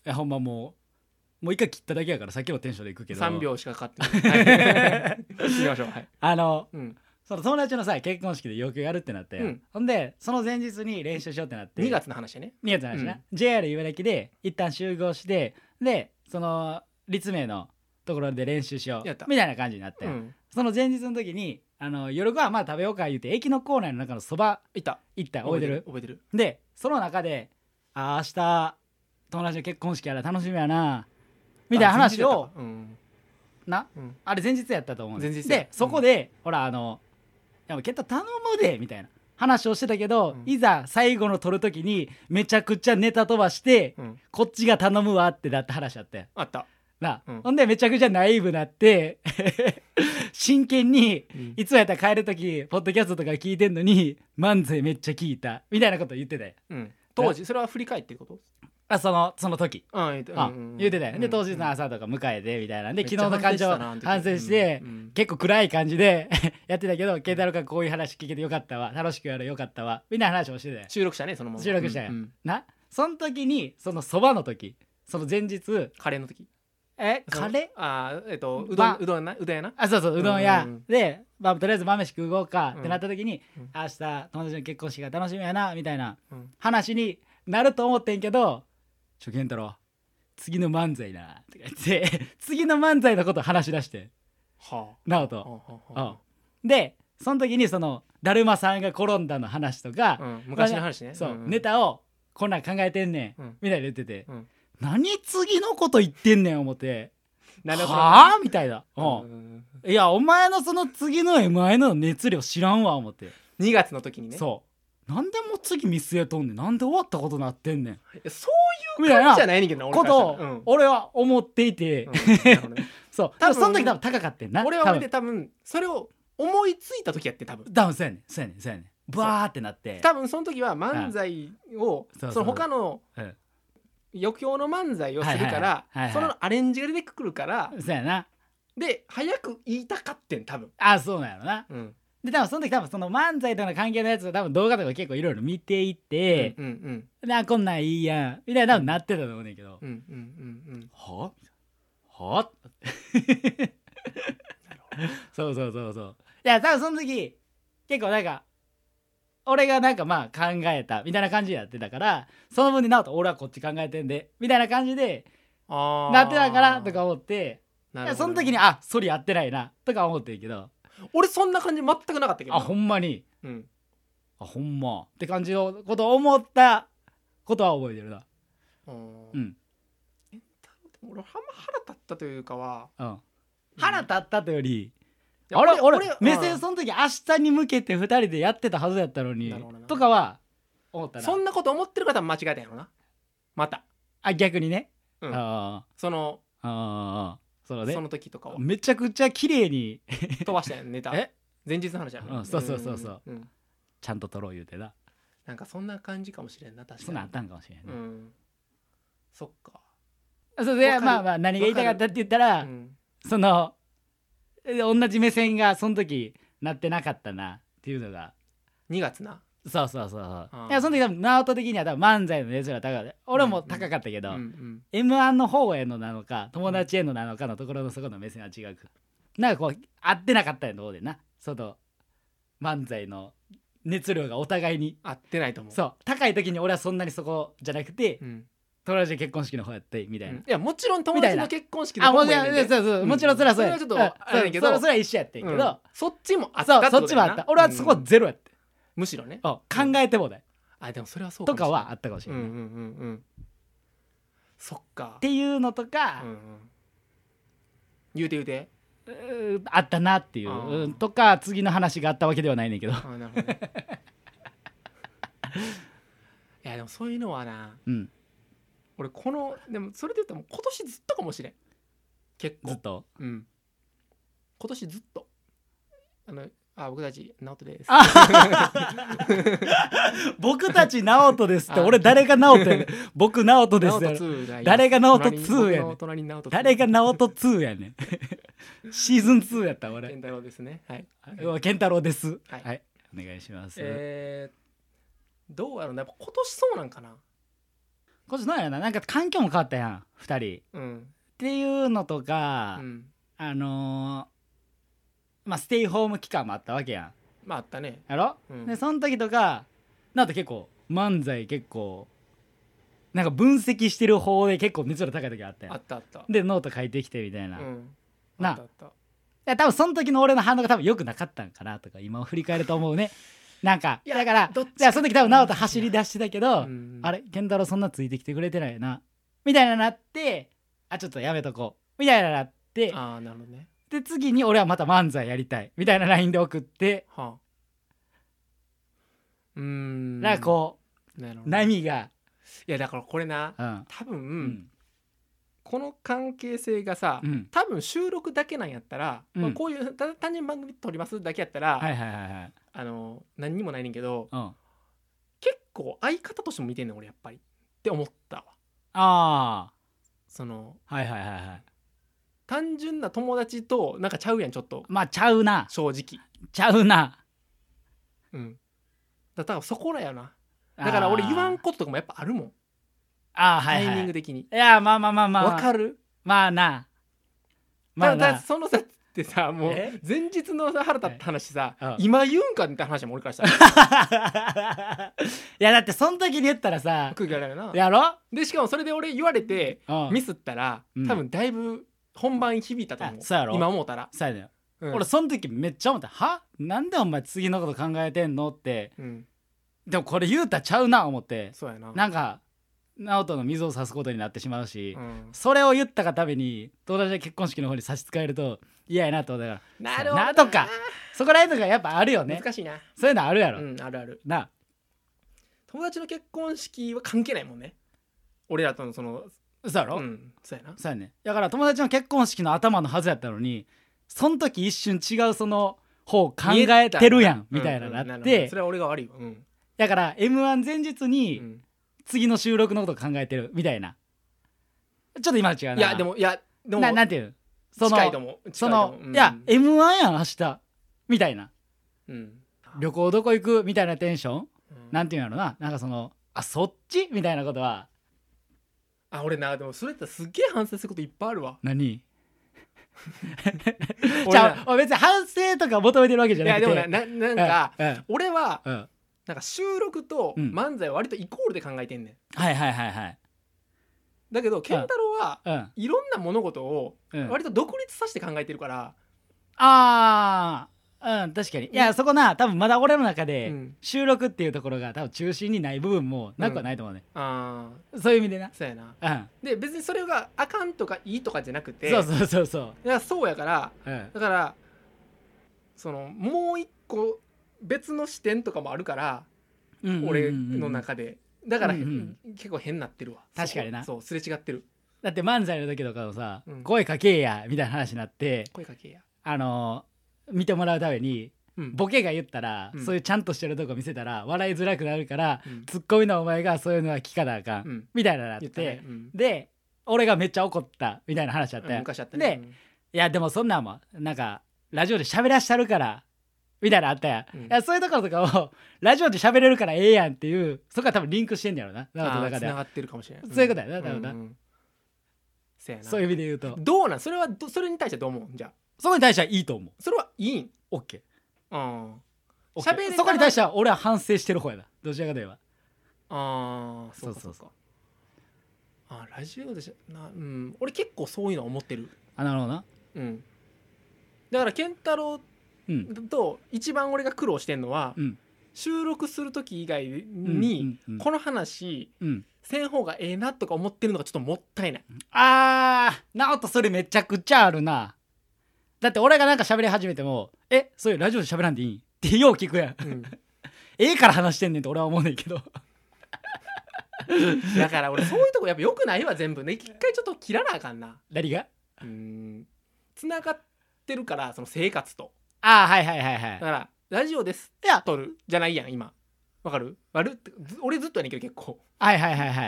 やほんまもう一回切っただけやからさっきのテンションでいくけど 3秒しかかかってないはい行きましょう。はい、 その友達のさ結婚式で要求やるってなって、ほんでその前日に練習しようってなって 2月の話ね。 2月の話な、JR 茨城で一旦集合してでその立命のところで練習しようみたいな感じになって、その前日の時に夜ご飯まあ食べようか言うて駅の構内の中のそば行った覚えてるでその中で明日友達の結婚式やら楽しみやなみたいな話をあれ前日やったと思うんでそこでほらいやケンタ頼むでみたいな話をしてたけど、いざ最後の撮る時にめちゃくちゃネタ飛ばして、こっちが頼むわってなった話あってあったな、ほんでめちゃくちゃナイーブなって真剣に、いつもやったら帰る時ポッドキャストとか聞いてんのに漫才めっちゃ聞いたみたいなこと言ってたよ、 当時それは振り返ってること？ その時言ってたよ、で当日の朝とか迎えてみたいなんで昨日の感情反省して、結構暗い感じでやってたけど健太郎がこういう話聞けてよかったわ楽しくやるよかったわみたいな話をしてたよ。 収録したねそのまま収録したよ、なその時にそのそばの時その前日カレーの時カレーうどんやなそううどん屋でとりあえず豆飯食おうかってなった時に明日友達の結婚式が楽しみやなみたいな話になると思ってんけど健太郎次の漫才なとか言って次の漫才のことを話し出して直人でその時にそのだるまさんが転んだの話とか昔の話ねそうネタをこんなん考えてんねんみたいな言ってて何次のこと言ってんねん思ってはぁみたいな、いやお前のその次の M−1 の熱量知らんわ思って 2月の時にねそうなんでもう次見据えとんねんなんで終わったことなってんねんそういう感じじゃないねんけどなことを俺は思っていてそう多分その時多分高かってんな俺は俺で多分それを思いついた時やって多分そうやねんバーってなって多分その時は漫才をその他の余興の漫才をするからそのアレンジが出てくるからそうやなで早く言いたかってん多分そうなんやろな、で多分その時その漫才との関係のやつを多分動画とか結構いろいろ見ていって、こんなんいいやんみたいななってたと思うねんけど、はそういや多分その時結構なんか俺がなんかまあ考えたみたいな感じでやってたからその分で直人俺はこっち考えてんでみたいな感じでなってたからとか思ってその時にそれやってないなとか思ってるけど俺そんな感じ全くなかったけどほんまにほんまって感じのことを思ったことは覚えてるな俺腹立ったというかは腹立ったというより俺目線その時明日に向けて2人でやってたはずやったのにとかは思ったな。 そんなこと思ってる方は間違えたんやろなまた逆にねその時とかはめちゃくちゃ綺麗に飛ばしたやんネタ前日の話やろそうちゃんと撮ろう言うてななんかそんな感じかもしれんな確かにそんなんあったんかもしれんねそっかそうでまあ何が言いたかったって言ったらその同じ目線がその時なってなかったなっていうのが 2月なそういやその時多分直人的には多分漫才の熱量が高かった俺も高かったけど、M−1 の方へのなのか友達へのなのかのところのそこの目線は違うなんかこう合ってなかったよどうでなその漫才の熱量がお互いに合ってないと思うそう高い時に俺はそんなにそこじゃなくて、友達の結婚式の方やってみたいな、 いやもちろん友達の結婚式の方もやねんでもちろんそれはそうやちょっとあれやけどそれは一緒やってんけど、 そっちもあったってことだよな。 そっちもあった俺はそこはゼロやって、 むしろね考えてもだよ、 でもそれはそうとかはあったかもしれない、 そっかっていうのとか、 言うてあったなっていう、とか次の話があったわけではないねんけどなるほどねいやでもそういうのはな、俺でもそれで言ったらもう今年ずっとかもしれん結構ずっと今年ずっと僕たち直人です僕たち直人ですって俺誰が直人やねん僕直人ですよ誰が直人2やねん誰が直人2やねんシーズン2やった俺健太郎ですね健太郎ですはいお願いします。 どうやろうなやっぱ今年そうなんかなこっちのやな、なんか環境も変わったやん2人、っていうのとか、まあステイホーム期間もあったわけやん。 まああったね。 やろ、でその時とかなんと結構漫才結構なんか分析してる方で結構熱量高い時あったやん。 あったあった。 でノート書いてきてみたいな、なあったあった。 いや多分その時の俺の反応が多分良くなかったんかなとか今振り返ると思うね。なんかだからじゃあその時多分直人走り出してたけど、あれ健太郎そんなついてきてくれてないなみたいななって、あちょっとやめとこうみたいななって、 ああなるほどね。 で次に俺はまた漫才やりたいみたいな LINE で送って、 はあ、 なんかこう波が、 いやだからこれな、多分、この関係性がさ、多分収録だけなんやったら、こういう単純に番組撮りますだけやったら、何にもないねんけど、結構相方としても見てんねん俺やっぱりって思ったわ。 ああその単純な友達となんかちゃうやんちょっと。 まあちゃうな、 正直ちゃうな。 だからそこらよな。だから俺言わんこととかもやっぱあるもん。タイミング的に。いやまあわかる。 まあな。 だそのさってさ、もう前日の腹立った話さ、今言うんかって話も俺からしたらいやだってその時に言ったらさ空気悪いな。 やろ。 でしかもそれで俺言われてミスったら多分だいぶ本番響いたと思う。 そうやろ。 今思うたらそうやね。俺その時めっちゃ思った。はなんでお前次のこと考えてんのって、でもこれ言うたちゃうな思って。 そうやな。 なんか直人の水を差すことになってしまうし、それを言ったがために友達の結婚式の方に差し支えると嫌やなと思ったから、 なるほどなとかそこら辺とかやっぱあるよね。 難しいな。 そういうのあるやろ。 あるあるな。 友達の結婚式は関係ないもんね俺らとのその。 そうやろ。 そうやな。 そうやね。だから友達の結婚式の頭のはずやったのにその時一瞬違うその方考えてるやんみたいななって、 それは俺が悪いわ。 だから M1 前日に次の収録のこと考えてるみたいな。ちょっと今違うな。 いやでもなんていうの、 近いと思う。 いや M1 やん明日みたいな、旅行どこ行くみたいなテンション、なんていうんやろな、なんかそのそっちみたいなことは。 俺なでもそれってすっげえ反省することいっぱいあるわ。 何じゃあ別に反省とか求めてるわけじゃなくて、 いやでもなんか俺はなんか収録と漫才は割とイコールで考えてんねん。だけど健太郎はいろんな物事を割と独立させて考えてるから。 確かに。いやそこな多分まだ俺の中で収録っていうところが多分中心にない部分もなくはないと思うね。そういう意味でな。 そうやな。で別にそれがあかんとかいいとかじゃなくて、そうやから、だからそのもう一個別の視点とかもあるから、俺の中でだから結構変になってるわ。 確かにな。 そうすれ違ってる。 だって漫才の時とかもさ、声かけやみたいな話になって、 声かけや見てもらうために、ボケが言ったら、そういうちゃんとしてるとこ見せたら笑いづらくなるから、ツッコミのお前がそういうのは聞かなあかん、みたいななって、で俺がめっちゃ怒ったみたいな話あったよ、 昔あったね。 でいやでもそんなんもなんかラジオで喋らしたるからみたいなあったやん、いやそういうところとかをラジオで喋れるからええやんっていう、そこは多分リンクしてんやろな。 つながってるかもしれない。 そういうことやな多分な。そういう意味で言うとどうなん。それはそれに対してどう思う。じゃあそこに対してはいいと思う。 それはいいん。 オッケー。 喋れたらそこに対しては俺は反省してる方やな、どちらかといえば。 そうラジオで俺結構そういうの思ってる。 なるほどな。 だから健太郎と一番俺が苦労してんのは、収録する時以外にこの話せん方がええなとか思ってるのがちょっともったいない。 直人それめちゃくちゃあるな。だって俺がなんか喋り始めてもそういうラジオで喋らんでいいってよう聞くやん、ええから話してんねんって俺は思うねんけどだから俺そういうとこやっぱよくないわ。全部ね一回ちょっと切らなあかんな。 何がつながってるからその生活と。 だからラジオです撮るじゃないやん今。わかる。俺ずっとやねんけど結構最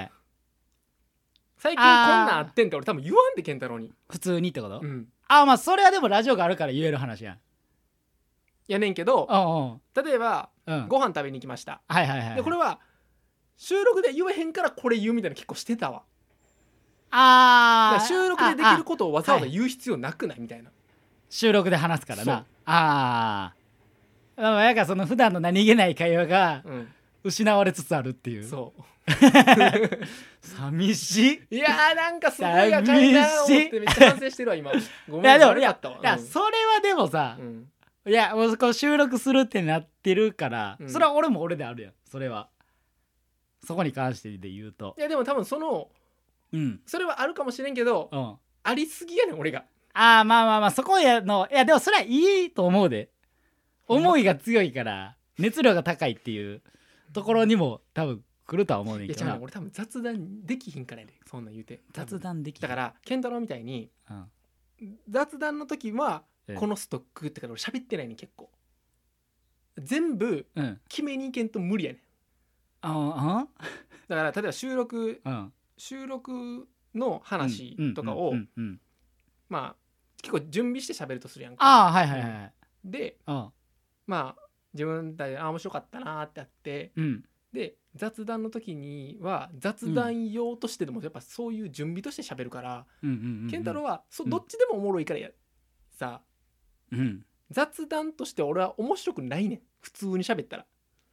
近こんなんあってんって俺多分言わんで健太郎に普通にってこと。まあそれはでもラジオがあるから言える話やん。 やねんけど例えばご飯食べに行きました。でこれは収録で言えへんからこれ言うみたいな結構してたわ。収録でできることをわざわざ言う必要なくないみたいな。 収録で話すからな。やがその普段の何気ない会話が失われつつあるっていう。 そう寂しい。 いやなんかすごいあかんな思ってめっちゃ反省してるわ今。ごめん。 いやそれはでもさ、いやもうこう収録するってなってるから、それは俺も俺であるやん。それはそこに関してで言うと。 いやでも多分それはあるかもしれんけど、ありすぎやねん俺が。 まあそこやの。いやでもそれはいいと思うで。思いが強いから熱量が高いっていうところにも多分来るとは思うねんけどな。 いや俺多分雑談できひんからやで、そんなん言うて。 雑談できだから健太郎みたいに、雑談の時はこのストックってから俺喋ってないねん結構。全部決めにいけんと無理やねん。だから例えば収録の話とかをまあ結構準備して喋るとするやんか。でまあ自分たち面白かったなってあって、で雑談の時には雑談用としてでもやっぱそういう準備として喋るから、健太郎はどっちでもおもろいからさ、雑談として俺は面白くないねん普通に喋った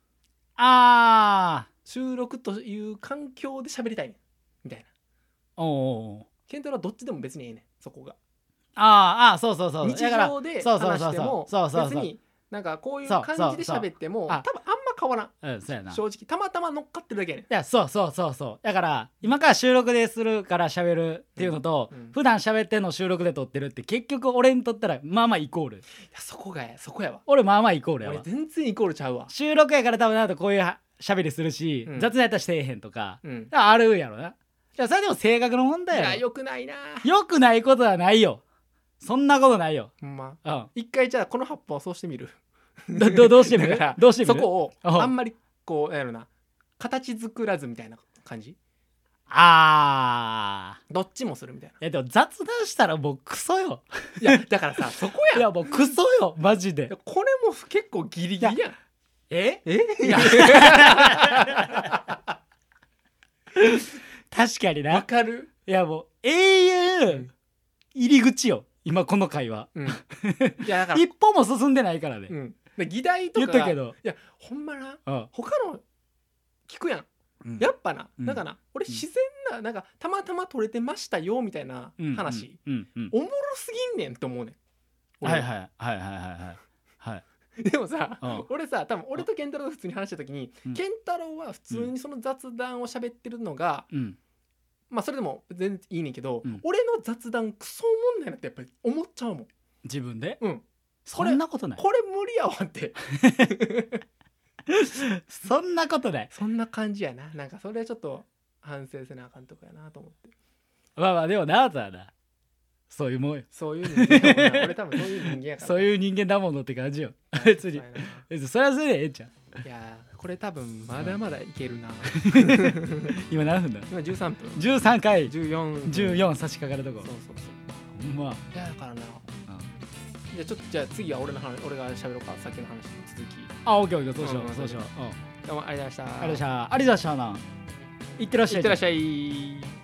ら。収録という環境で喋りたいねんみたいな。健太郎はどっちでも別にええねんそこが。そう日常で話しても別になんかこういう感じで喋っても多分あんま変わらん。正直たまたま乗っかってるだけやねん。 いやそうだから今から収録でするから喋るっていうのと、普段喋ってんの収録で撮ってるって結局俺にとったらまあまあイコール。いやそこやわ。俺まあまあイコールやわ。 俺全然イコールちゃうわ。 収録やから多分なんとこういう喋りするし、雑談やったらしてえへんとか、あるやろな。いやそれでも性格の問題やろ。いやよくないな。 よくないことはないよ。そんなことないよ。 ほんま。一回じゃあこの葉っぱをそうしてみる。 どうしてみる？どうしてみる？ そこをあんまりこうやるな形作らずみたいな感じ。どっちもするみたいな。 いやでも雑談したらもうクソよ。 いやだからさそこや。 いやもうクソよマジで。 これも結構ギリギリやん。いや確かにな。 わかる。 いやもう永遠入り口よ今この会話。いやだから一歩も進んでないからね。 議題とか言ったけど、 いやほんまな他の聞くやん。やっぱななんかな俺自然ななんかたまたま撮れてましたよみたいな話おもろすぎんねんと思うねん。でもさ俺さ多分俺と健太郎が普通に話した時に健太郎は普通にその雑談を喋ってるのがまあそれでも全然いいねんけど、俺の雑談クソおもんないなってやっぱり思っちゃうもん自分で。 そんなことない。 これ無理やわってそんなことない。 そんな感じやな。なんかそれはちょっと反省せなあかんとこやなと思って。 まあでもなあだなそういうもんよ。 そういう人間やもんな。俺多分そういう人間やからそういう人間だものって感じよ。別にそれはそれでええんちゃう。いやこれ多分まだまだいけるな。 今何分だ。 今13分。 13回 14 差し掛かるとこ。そうまあいやだからな。じゃあ次は俺が喋ろうか。さっきの話の続き。 オッケーそうしよう。 どうもありがとうございました。 ありがとうございましたな。いってらっしゃい。 いってらっしゃい。